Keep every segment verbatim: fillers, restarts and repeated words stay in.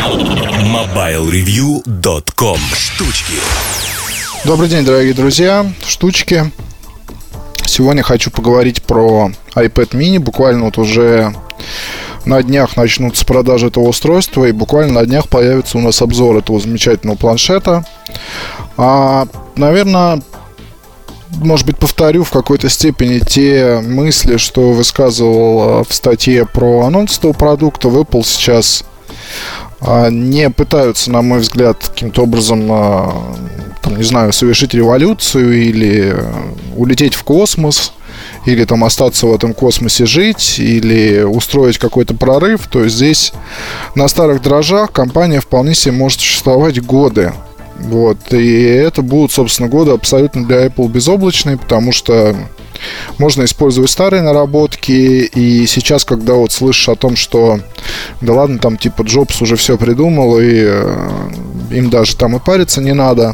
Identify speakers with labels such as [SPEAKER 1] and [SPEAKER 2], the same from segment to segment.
[SPEAKER 1] мобайл ревью точка ком. Штучки.
[SPEAKER 2] Добрый день, дорогие друзья. Штучки. Сегодня хочу поговорить про iPad mini. Буквально вот уже на днях начнутся продажи этого устройства, и буквально на днях появится у нас обзор этого замечательного планшета. А, наверное, может быть, повторю в какой-то степени те мысли, что высказывал в статье про анонс этого продукта. В Apple сейчас не пытаются, на мой взгляд, каким-то образом, там, не знаю, совершить революцию или улететь в космос, или там остаться в этом космосе жить, или устроить какой-то прорыв. То есть здесь на старых дрожжах компания вполне себе может существовать годы. Вот. И это будут, собственно, годы абсолютно для Apple безоблачные, потому что можно использовать старые наработки. И сейчас, когда вот слышишь о том, что да ладно, там типа Джобс уже все придумал, и э, им даже там и париться не надо,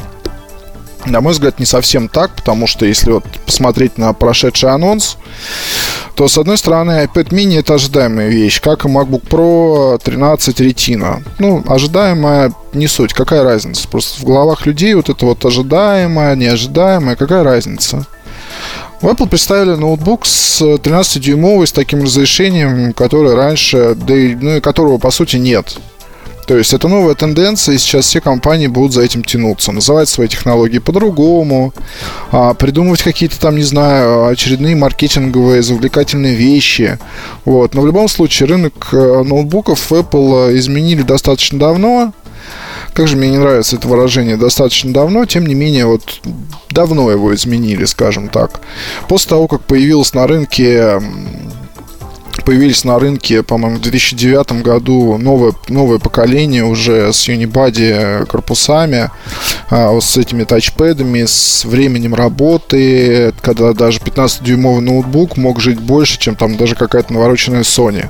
[SPEAKER 2] на мой взгляд, не совсем так, потому что если вот посмотреть на прошедший анонс, то, с одной стороны, iPad mini — это ожидаемая вещь, как и MacBook Pro тринадцать Retina. Ну, ожидаемая не суть, какая разница? Просто в головах людей вот это вот ожидаемое, неожидаемое, какая разница? В Apple представили ноутбук с тринадцатидюймовый, с таким разрешением, которое раньше, да и, ну, и которого, по сути, нет. То есть это новая тенденция, и сейчас все компании будут за этим тянуться, называть свои технологии по-другому, придумывать какие-то там, не знаю, очередные маркетинговые завлекательные вещи. Вот. Но в любом случае рынок ноутбуков Apple изменили достаточно давно. Как же мне не нравится это выражение «достаточно давно», тем не менее, вот давно его изменили, скажем так. После того, как появилась на рынке... Появились на рынке, по-моему, в две тысячи девятом году новое, новое поколение уже с Unibody корпусами, а, с этими тачпэдами, с временем работы, когда даже пятнадцатидюймовый ноутбук мог жить больше, чем там даже какая-то навороченная Sony.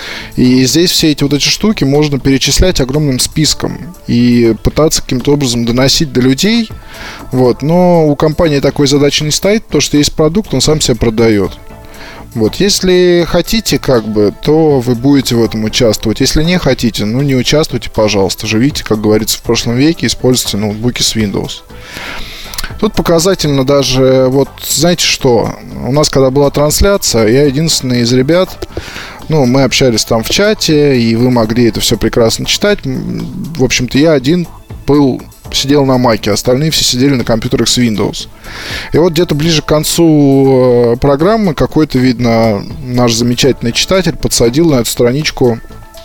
[SPEAKER 2] И здесь все эти вот эти штуки можно перечислять огромным списком и пытаться каким-то образом доносить до людей. Вот. Но у компании такой задачи не стоит, потому что есть продукт, он сам себя продает. Вот, если хотите, как бы, то вы будете в этом участвовать. Если не хотите, ну не участвуйте, пожалуйста. Живите, как говорится, в прошлом веке, используйте ноутбуки с Windows. Тут показательно даже, вот, знаете что, у нас когда была трансляция, я единственный из ребят, ну, мы общались там в чате, и вы могли это все прекрасно читать. В общем-то, я один был... сидел на Маке, остальные все сидели на компьютерах с Windows. И вот где-то ближе к концу программы какой-то, видно, наш замечательный читатель подсадил на эту страничку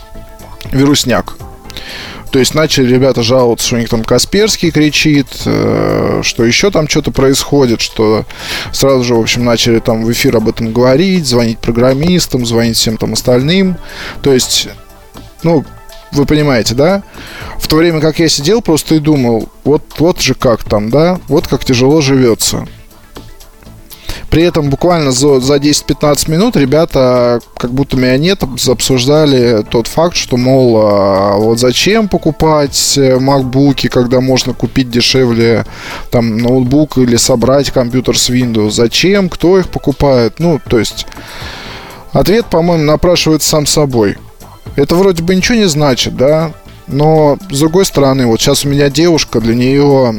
[SPEAKER 2] вирусняк. То есть начали ребята жаловаться, что у них там Касперский кричит, что еще там что-то происходит, что сразу же, в общем, начали там в эфир об этом говорить, звонить программистам, звонить всем там остальным. То есть, ну... Вы понимаете, да? В то время как я сидел просто и думал, вот, вот же как там, да? Вот как тяжело живется. При этом буквально за, за десять-пятнадцать минут ребята, как будто меня нет, обсуждали тот факт, что, мол, а вот зачем покупать макбуки, когда можно купить дешевле там ноутбук или собрать компьютер с Windows. Зачем? Кто их покупает? Ну, то есть, ответ, по-моему, напрашивается сам собой. Это вроде бы ничего не значит, да? Но, с другой стороны, вот сейчас у меня девушка, для нее...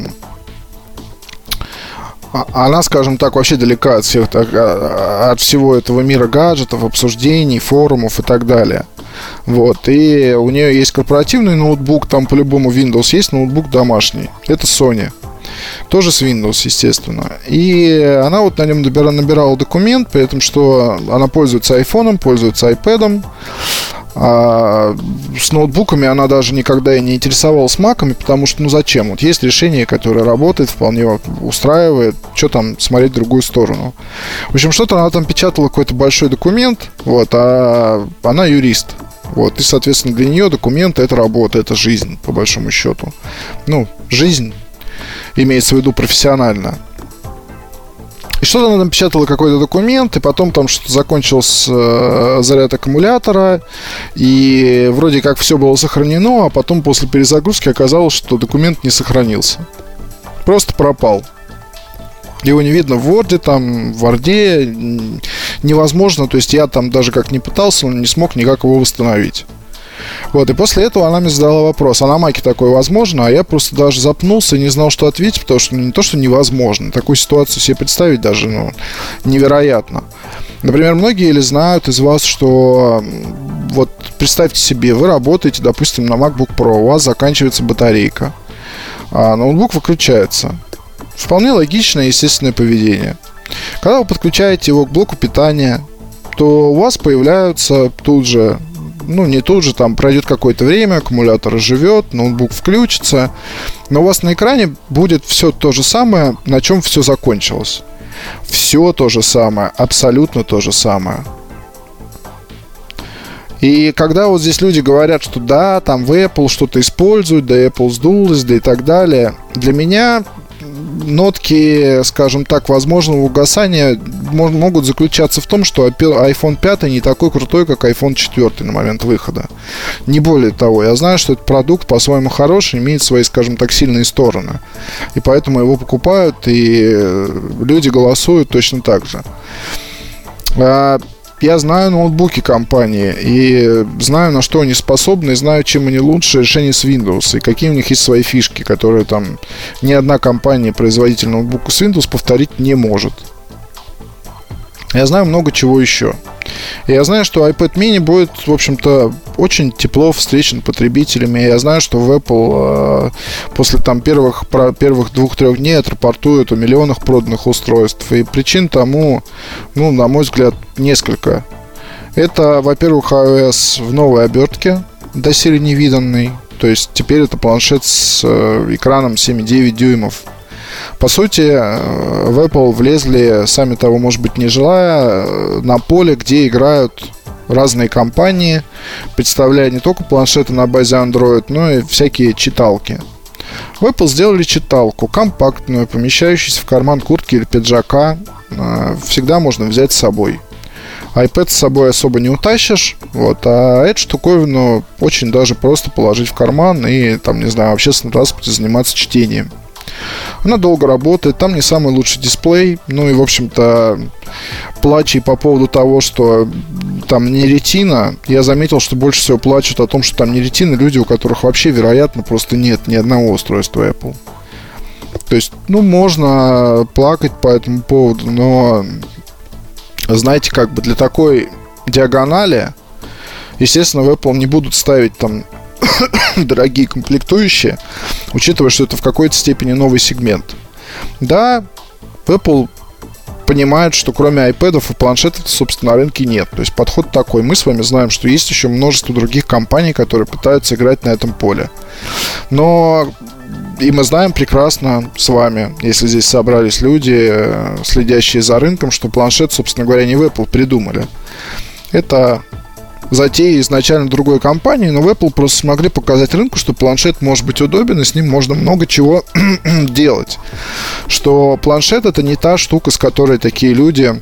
[SPEAKER 2] Она, скажем так, вообще далека от, всех, от всего этого мира гаджетов, обсуждений, форумов и так далее. Вот. И у нее есть корпоративный ноутбук, там по-любому Windows, есть ноутбук домашний. Это Sony. Тоже с Windows, естественно. И она вот на нем набирала, набирала документ, при этом, что она пользуется айфоном, пользуется iPad'ом. А с ноутбуками она даже никогда и не интересовалась маками, потому что, ну зачем? Вот есть решение, которое работает, вполне устраивает, что там смотреть в другую сторону. В общем, что-то она там печатала, какой-то большой документ, вот, а она юрист. Вот, и, соответственно, для нее документы — это работа, это жизнь, по большому счету. Ну, жизнь имеется в виду профессионально. И что-то она там печатала, какой-то документ, и потом там что-то закончился э, заряд аккумулятора, и вроде как все было сохранено, а потом после перезагрузки оказалось, что документ не сохранился. Просто пропал. Его не видно в Word, там, в Word невозможно, то есть я там даже как не пытался, но не смог никак его восстановить. Вот, и после этого она мне задала вопрос, а на Маке такое возможно? А я просто даже запнулся и не знал, что ответить, потому что ну, не то, что невозможно, такую ситуацию себе представить даже, ну, невероятно. Например, многие или знают из вас, что вот представьте себе, вы работаете, допустим, на MacBook Pro, у вас заканчивается батарейка, а ноутбук выключается. Вполне логичное и естественное поведение. Когда вы подключаете его к блоку питания, то у вас появляются тут же, ну не тут же, там пройдет какое-то время, аккумулятор оживет, ноутбук включится, но у вас на экране будет все то же самое, на чем все закончилось. Все то же самое, абсолютно то же самое. И когда вот здесь люди говорят, что да, там в Apple что-то используют, да Apple сдулась, да и так далее, для меня нотки, скажем так, возможного угасания могут заключаться в том, что iPhone пять не такой крутой, как iPhone четыре на момент выхода. Не более того, я знаю, что этот продукт по-своему хороший, имеет свои, скажем так, сильные стороны. И поэтому его покупают, и люди голосуют точно так же. Я знаю ноутбуки компании и знаю, на что они способны, и знаю, чем они лучше решения с Windows, и какие у них есть свои фишки, которые там ни одна компания, производитель ноутбука с Windows повторить не может. Я знаю много чего еще. И я знаю, что iPad mini будет, в общем-то, очень тепло встречен потребителями. Я знаю, что в Apple э, после там первых, про, первых двух-трех дней отрапортуют о миллионах проданных устройств. И причин тому, ну, на мой взгляд, несколько. Это, во-первых, iOS в новой обертке, доселе невиданный. То есть теперь это планшет с э, экраном семь и девять дюймов. По сути, в Apple влезли, сами того, может быть, не желая, на поле, где играют разные компании, представляя не только планшеты на базе Android, но и всякие читалки. В Apple сделали читалку, компактную, помещающуюся в карман куртки или пиджака. Всегда можно взять с собой. iPad с собой особо не утащишь, вот, а эту штуковину очень даже просто положить в карман и, там, не знаю, в общественном транспорте заниматься чтением. Она долго работает, там не самый лучший дисплей. Ну и, в общем-то, плачей по поводу того, что там не ретина, я заметил, что больше всего плачут о том, что там не ретина люди, у которых вообще, вероятно, просто нет ни одного устройства Apple. То есть, ну, можно плакать по этому поводу, но, знаете, как бы для такой диагонали, естественно, в Apple не будут ставить там дорогие комплектующие, учитывая, что это в какой-то степени новый сегмент. Да, Apple понимает, что кроме iPad'ов и планшетов, собственно, на рынке нет. То есть подход такой. Мы с вами знаем, что есть еще множество других компаний, которые пытаются играть на этом поле. Но и мы знаем прекрасно с вами, если здесь собрались люди, следящие за рынком, что планшет, собственно говоря, не в Apple придумали. Это затея изначально другой компании, но в Apple просто смогли показать рынку, что планшет может быть удобен, и с ним можно много чего делать. Что планшет — это не та штука, с которой такие люди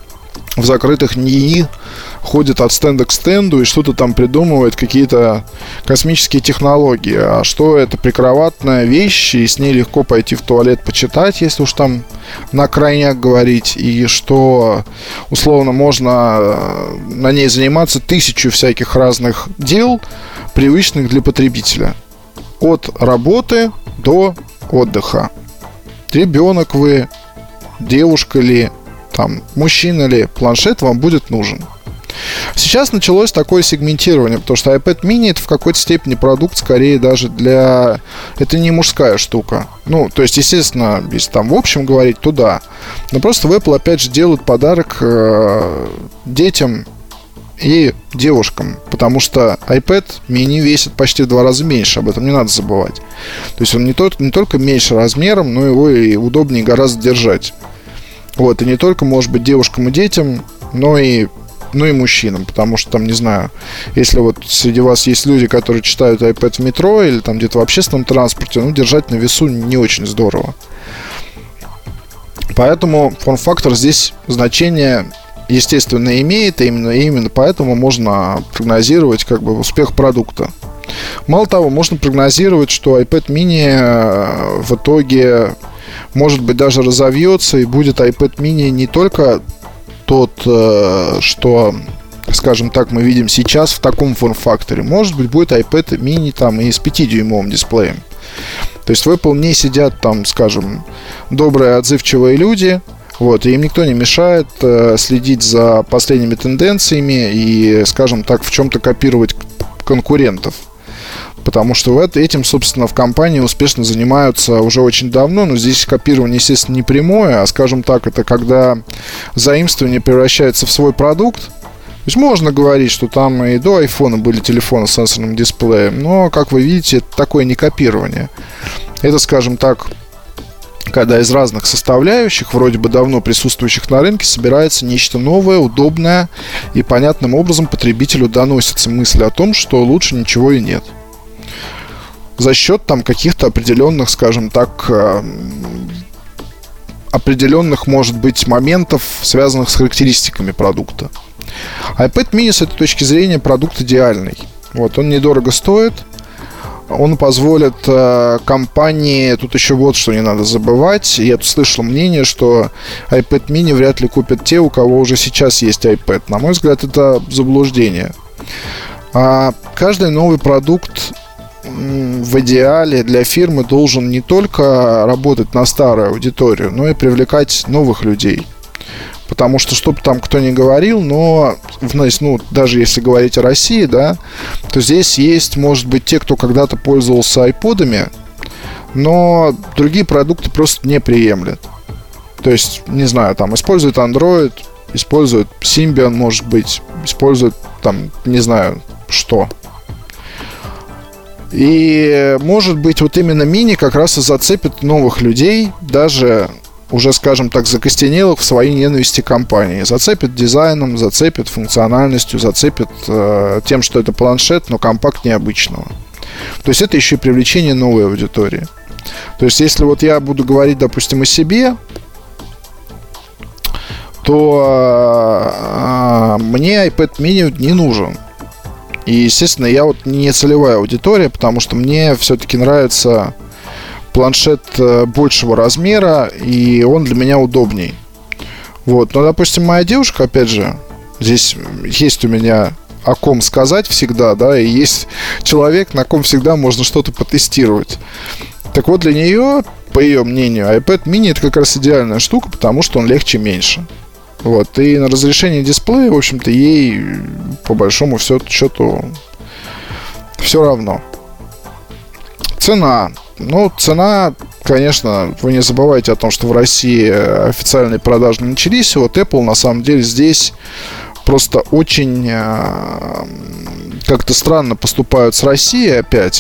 [SPEAKER 2] в закрытых НИИ ходят от стенда к стенду и что-то там придумывают, какие-то космические технологии. А что это прикроватная вещь, и с ней легко пойти в туалет почитать, если уж там на крайняк говорить, и что условно можно на ней заниматься тысячу всяких разных дел, привычных для потребителя. От работы до отдыха. Ребенок вы, девушка ли, там, мужчина ли, планшет вам будет нужен. Сейчас началось такое сегментирование, потому что iPad mini — это в какой-то степени продукт, скорее даже для... Это не мужская штука. Ну, то есть, естественно, если там в общем говорить, то да. Но просто в Apple, опять же, делают подарок э, детям и девушкам, потому что iPad mini весит почти в два раза меньше, об этом не надо забывать. То есть он не только, не только меньше размером, но его и удобнее гораздо держать. Вот, и не только, может быть, девушкам и детям, но и ну и мужчинам, потому что там, не знаю, если вот среди вас есть люди, которые читают iPad в метро или там где-то в общественном транспорте, ну, держать на весу не очень здорово. Поэтому форм-фактор здесь значение, естественно, имеет, и именно, и именно поэтому можно прогнозировать как бы успех продукта. Мало того, можно прогнозировать, что iPad mini в итоге, может быть, даже разовьется, и будет iPad mini не только тот, что скажем так, мы видим сейчас в таком форм-факторе. Может быть, будет iPad mini там и с пятидюймовым дисплеем. То есть в Apple не сидят там, скажем, добрые, отзывчивые люди. Вот, и им никто не мешает э, следить за последними тенденциями и, скажем так, в чем-то копировать конкурентов. Потому что этим, собственно, в компании успешно занимаются уже очень давно. Но здесь копирование, естественно, не прямое, а, скажем так, это когда заимствование превращается в свой продукт. То есть можно говорить, что там и до айфона были телефоны с сенсорным дисплеем, но, как вы видите, это такое не копирование. Это, скажем так, когда из разных составляющих, вроде бы давно присутствующих на рынке, собирается нечто новое, удобное, и понятным образом потребителю доносится мысль о том, что лучше ничего и нет. За счет там каких-то определенных, скажем так, определенных, может быть, моментов, связанных с характеристиками продукта. iPad mini с этой точки зрения продукт идеальный. Вот, он недорого стоит. Он позволит э, компании, тут еще вот что не надо забывать. Я тут слышал мнение, что iPad mini вряд ли купят те, у кого уже сейчас есть iPad. На мой взгляд, это заблуждение. А каждый новый продукт в идеале для фирмы должен не только работать на старую аудиторию, но и привлекать новых людей. Потому что, что бы там кто ни говорил, но ну, даже если говорить о России, да, то здесь есть, может быть, те, кто когда-то пользовался айподами, но другие продукты просто не приемлят. То есть, не знаю, там используют Android, используют Symbian, может быть, используют там, не знаю, что. И, может быть, вот именно мини как раз и зацепит новых людей, даже уже, скажем так, закостенелых в своей ненависти компании. Зацепит дизайном, зацепит функциональностью, зацепит э, тем, что это планшет, но компакт необычного. То есть это еще и привлечение новой аудитории. То есть если вот я буду говорить, допустим, о себе, то э, мне iPad mini не нужен. И, естественно, я вот не целевая аудитория, потому что мне все-таки нравится планшет большего размера, и он для меня удобней. Вот. Но, допустим, моя девушка, опять же, здесь есть у меня о ком сказать всегда, да, и есть человек, на ком всегда можно что-то потестировать. Так вот, для нее, по ее мнению, iPad mini это как раз идеальная штука, потому что он легче, меньше. Вот. И на разрешении дисплея, в общем-то, ей по большому счету все равно. Цена. Ну, цена, конечно, вы не забывайте о том, что в России официальные продажи не начались. И вот Apple, на самом деле, здесь просто очень э, как-то странно поступают с Россией опять.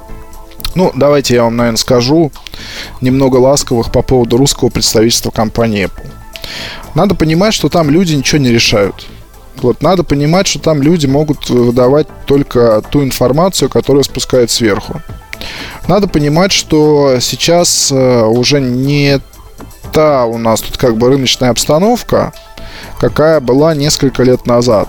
[SPEAKER 2] Ну, давайте я вам, наверное, скажу немного ласковых по поводу русского представительства компании Apple. Надо понимать, что там люди ничего не решают. Вот, надо понимать, что там люди могут выдавать только ту информацию, которая спускает сверху. Надо понимать, что сейчас э, уже не та у нас тут как бы рыночная обстановка, какая была несколько лет назад.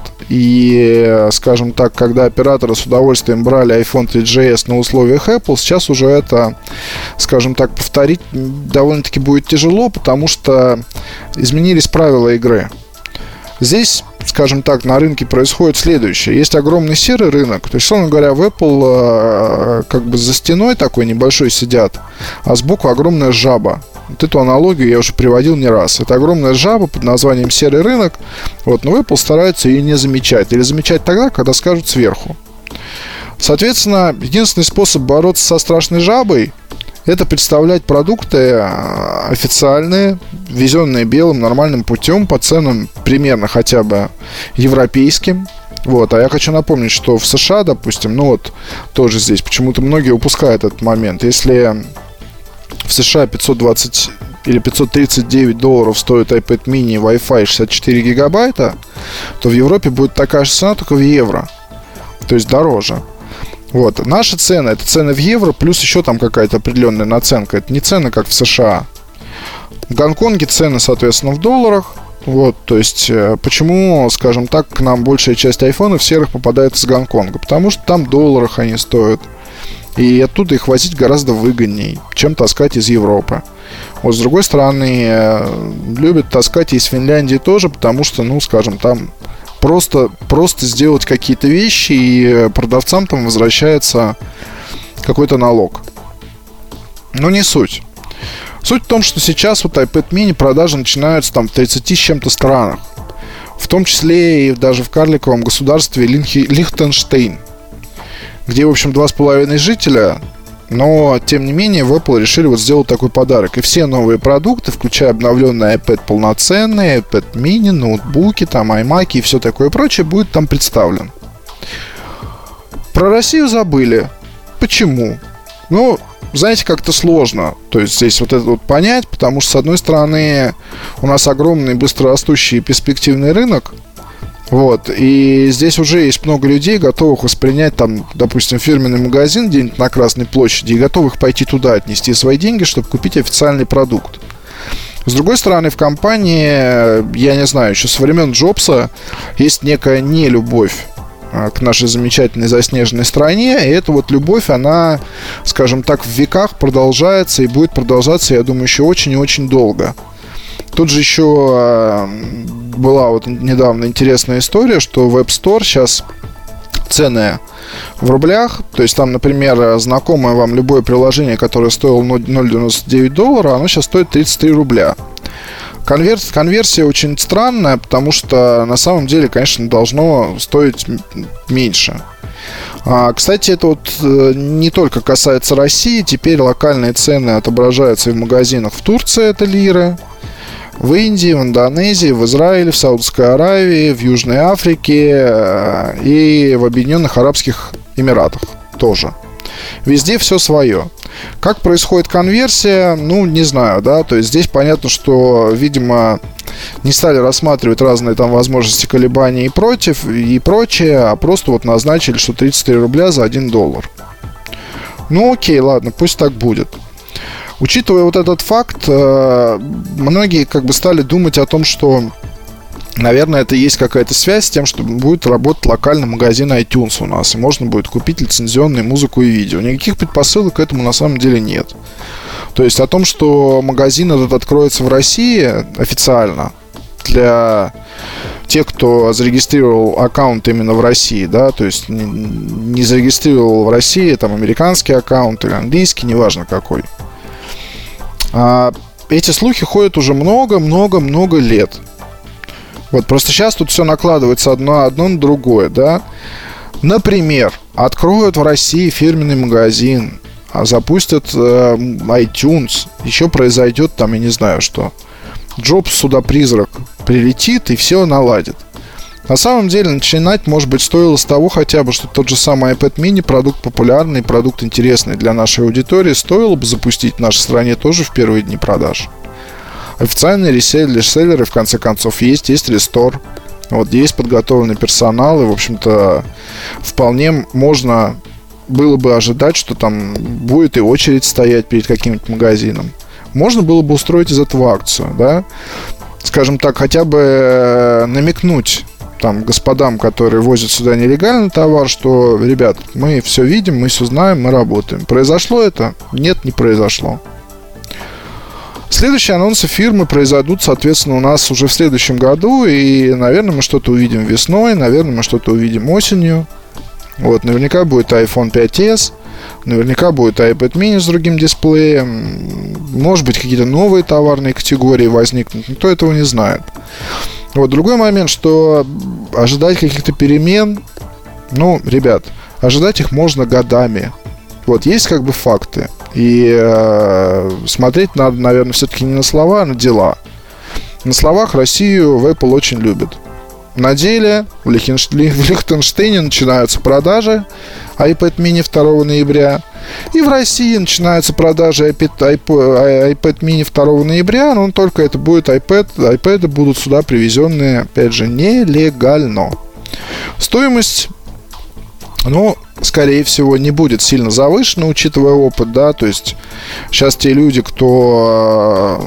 [SPEAKER 2] И, скажем так, когда операторы с удовольствием брали iPhone три джи эс на условиях Apple, сейчас уже это, скажем так, повторить довольно-таки будет тяжело, потому что изменились правила игры. Здесь, скажем так, на рынке происходит следующее. Есть огромный серый рынок. То есть, условно говоря, в Apple как бы за стеной такой небольшой сидят, а сбоку огромная жаба. Вот эту аналогию я уже приводил не раз. Это огромная жаба под названием серый рынок. Вот, но Apple старается ее не замечать. Или замечать тогда, когда скажут сверху. Соответственно, единственный способ бороться со страшной жабой — это представлять продукты официальные, ввезенные белым нормальным путем по ценам примерно хотя бы европейским. Вот. А я хочу напомнить, что в США, допустим, ну вот тоже здесь почему-то многие упускают этот момент. Если в США пятьсот двадцать или пятьсот тридцать девять долларов стоит iPad mini Wi-Fi шестьдесят четыре гигабайта, то в Европе будет такая же цена, только в евро. То есть дороже. Вот. Наши цены — это цены в евро, плюс еще там какая-то определенная наценка. Это не цены, как в США. В Гонконге цены, соответственно, в долларах. Вот, то есть, почему, скажем так, к нам большая часть айфонов серых попадает из Гонконга? Потому что там в долларах они стоят. И оттуда их возить гораздо выгоднее, чем таскать из Европы. Вот, с другой стороны, любят таскать из Финляндии тоже, потому что, ну, скажем, там просто, просто сделать какие-то вещи, и продавцам там возвращается какой-то налог. Но не суть. Суть в том, что сейчас вот iPad mini продажи начинаются там в тридцати с чем-то странах. В том числе и даже в карликовом государстве Лихи- Лихтенштейн, где, в общем, два с половиной жителя. Но, тем не менее, в Apple решили вот сделать такой подарок. И все новые продукты, включая обновленный iPad полноценный, iPad mini, ноутбуки, там, iMac и все такое прочее, будет там представлен. Про Россию забыли. Почему? Ну, знаете, как-то сложно. То есть здесь вот это вот понять, потому что, с одной стороны, у нас огромный, быстрорастущий и перспективный рынок. Вот, и здесь уже есть много людей, готовых воспринять там, допустим, фирменный магазин где-нибудь на Красной площади и готовых пойти туда, отнести свои деньги, чтобы купить официальный продукт. С другой стороны, в компании, я не знаю, еще со времен Джобса есть некая нелюбовь к нашей замечательной заснеженной стране, и эта вот любовь, она, скажем так, в веках продолжается и будет продолжаться, я думаю, еще очень и очень долго. Тут же еще была вот недавно интересная история, что в App Store сейчас цены в рублях. То есть там, например, знакомое вам любое приложение, которое стоило ноль целых девяносто девять доллара, оно сейчас стоит тридцать три рубля. Конверс... Конверсия очень странная, потому что на самом деле, конечно, должно стоить меньше. А, кстати, это вот не только касается России. Теперь локальные цены отображаются и в магазинах в Турции, это лиры, в Индии, в Индонезии, в Израиле, в Саудовской Аравии, в Южной Африке и в Объединенных Арабских Эмиратах тоже. Везде все свое. Как происходит конверсия, ну, не знаю, да, то есть здесь понятно, что, видимо, не стали рассматривать разные там возможности колебаний и против, и прочее, а просто вот назначили, что тридцать три рубля за один доллар. Ну, окей, ладно, пусть так будет. Учитывая вот этот факт, многие как бы стали думать о том, что, наверное, это есть какая-то связь с тем, что будет работать локальный магазин iTunes у нас, и можно будет купить лицензионную музыку и видео. Никаких предпосылок к этому на самом деле нет. То есть о том, что магазин этот откроется в России официально для тех, кто зарегистрировал аккаунт именно в России, да, то есть не зарегистрировал в России там американский аккаунт или английский, неважно какой. Эти слухи ходят уже много-много-много лет. Вот просто сейчас тут все накладывается одно, одно на другое, да. Например, откроют в России фирменный магазин, запустят э, iTunes, еще произойдет там, я не знаю что. Джобс сюда-призрак прилетит и все наладит. На самом деле, начинать, может быть, стоило с того хотя бы, что тот же самый iPad mini, продукт популярный, продукт интересный для нашей аудитории, стоило бы запустить в нашей стране тоже в первые дни продаж. Официальные реселлеры, в конце концов, есть, есть рестор, вот, есть подготовленный персонал, и, в общем-то, вполне можно было бы ожидать, что там будет и очередь стоять перед каким-нибудь магазином. Можно было бы устроить из этого акцию, да, скажем так, хотя бы намекнуть там господам, которые возят сюда нелегальный товар, что, ребят, мы все видим, мы все знаем, мы работаем. Произошло это? Нет, не произошло. Следующие анонсы фирмы произойдут, соответственно, у нас уже в следующем году. И, наверное, мы что-то увидим весной, наверное, мы что-то увидим осенью. Вот, наверняка будет iPhone пять эс, наверняка будет iPad mini с другим дисплеем. Может быть, какие-то новые товарные категории возникнут. Никто этого не знает. Вот, другой момент, что ожидать каких-то перемен, ну, ребят, ожидать их можно годами. Вот, есть как бы факты. И э, смотреть надо, наверное, все-таки не на слова, а на дела. На словах Россию в Apple очень любят. На деле в, Лихенш... в Лихтенштейне начинаются продажи iPad mini второго ноября. И в России начинаются продажи iPad, iPad mini второго ноября. Но только это будет iPad. iPad будут сюда привезенные, опять же, нелегально. Стоимость, ну, скорее всего, не будет сильно завышена, учитывая опыт, да. То есть сейчас те люди, кто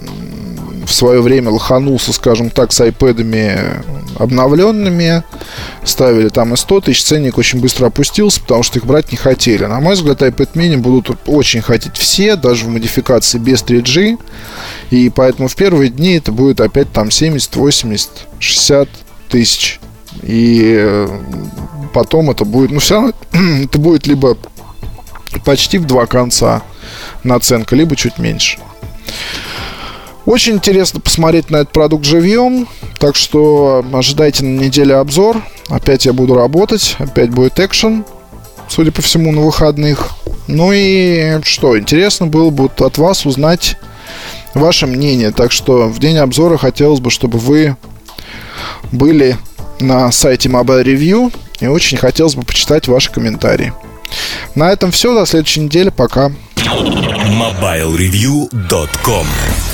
[SPEAKER 2] в свое время лоханулся, скажем так, с iPad'ами обновленными, ставили там и сто тысяч, ценник очень быстро опустился, потому что их брать не хотели. На мой взгляд, iPad mini будут очень хотеть все, даже в модификации без три джи, и поэтому в первые дни это будет опять там семьдесят, восемьдесят, шестьдесят тысяч И потом это будет, ну, все равно это будет либо почти в два конца наценка, либо чуть меньше. Очень интересно посмотреть на этот продукт живьем. Так что ожидайте на неделе обзор. Опять я буду работать, опять будет экшен, судя по всему, на выходных. Ну и что, интересно было бы от вас узнать ваше мнение. Так что в день обзора хотелось бы, чтобы вы были на сайте Mobile Review, и очень хотелось бы почитать ваши комментарии. На этом все, до следующей недели, пока.
[SPEAKER 1] мобайл ревью точка ком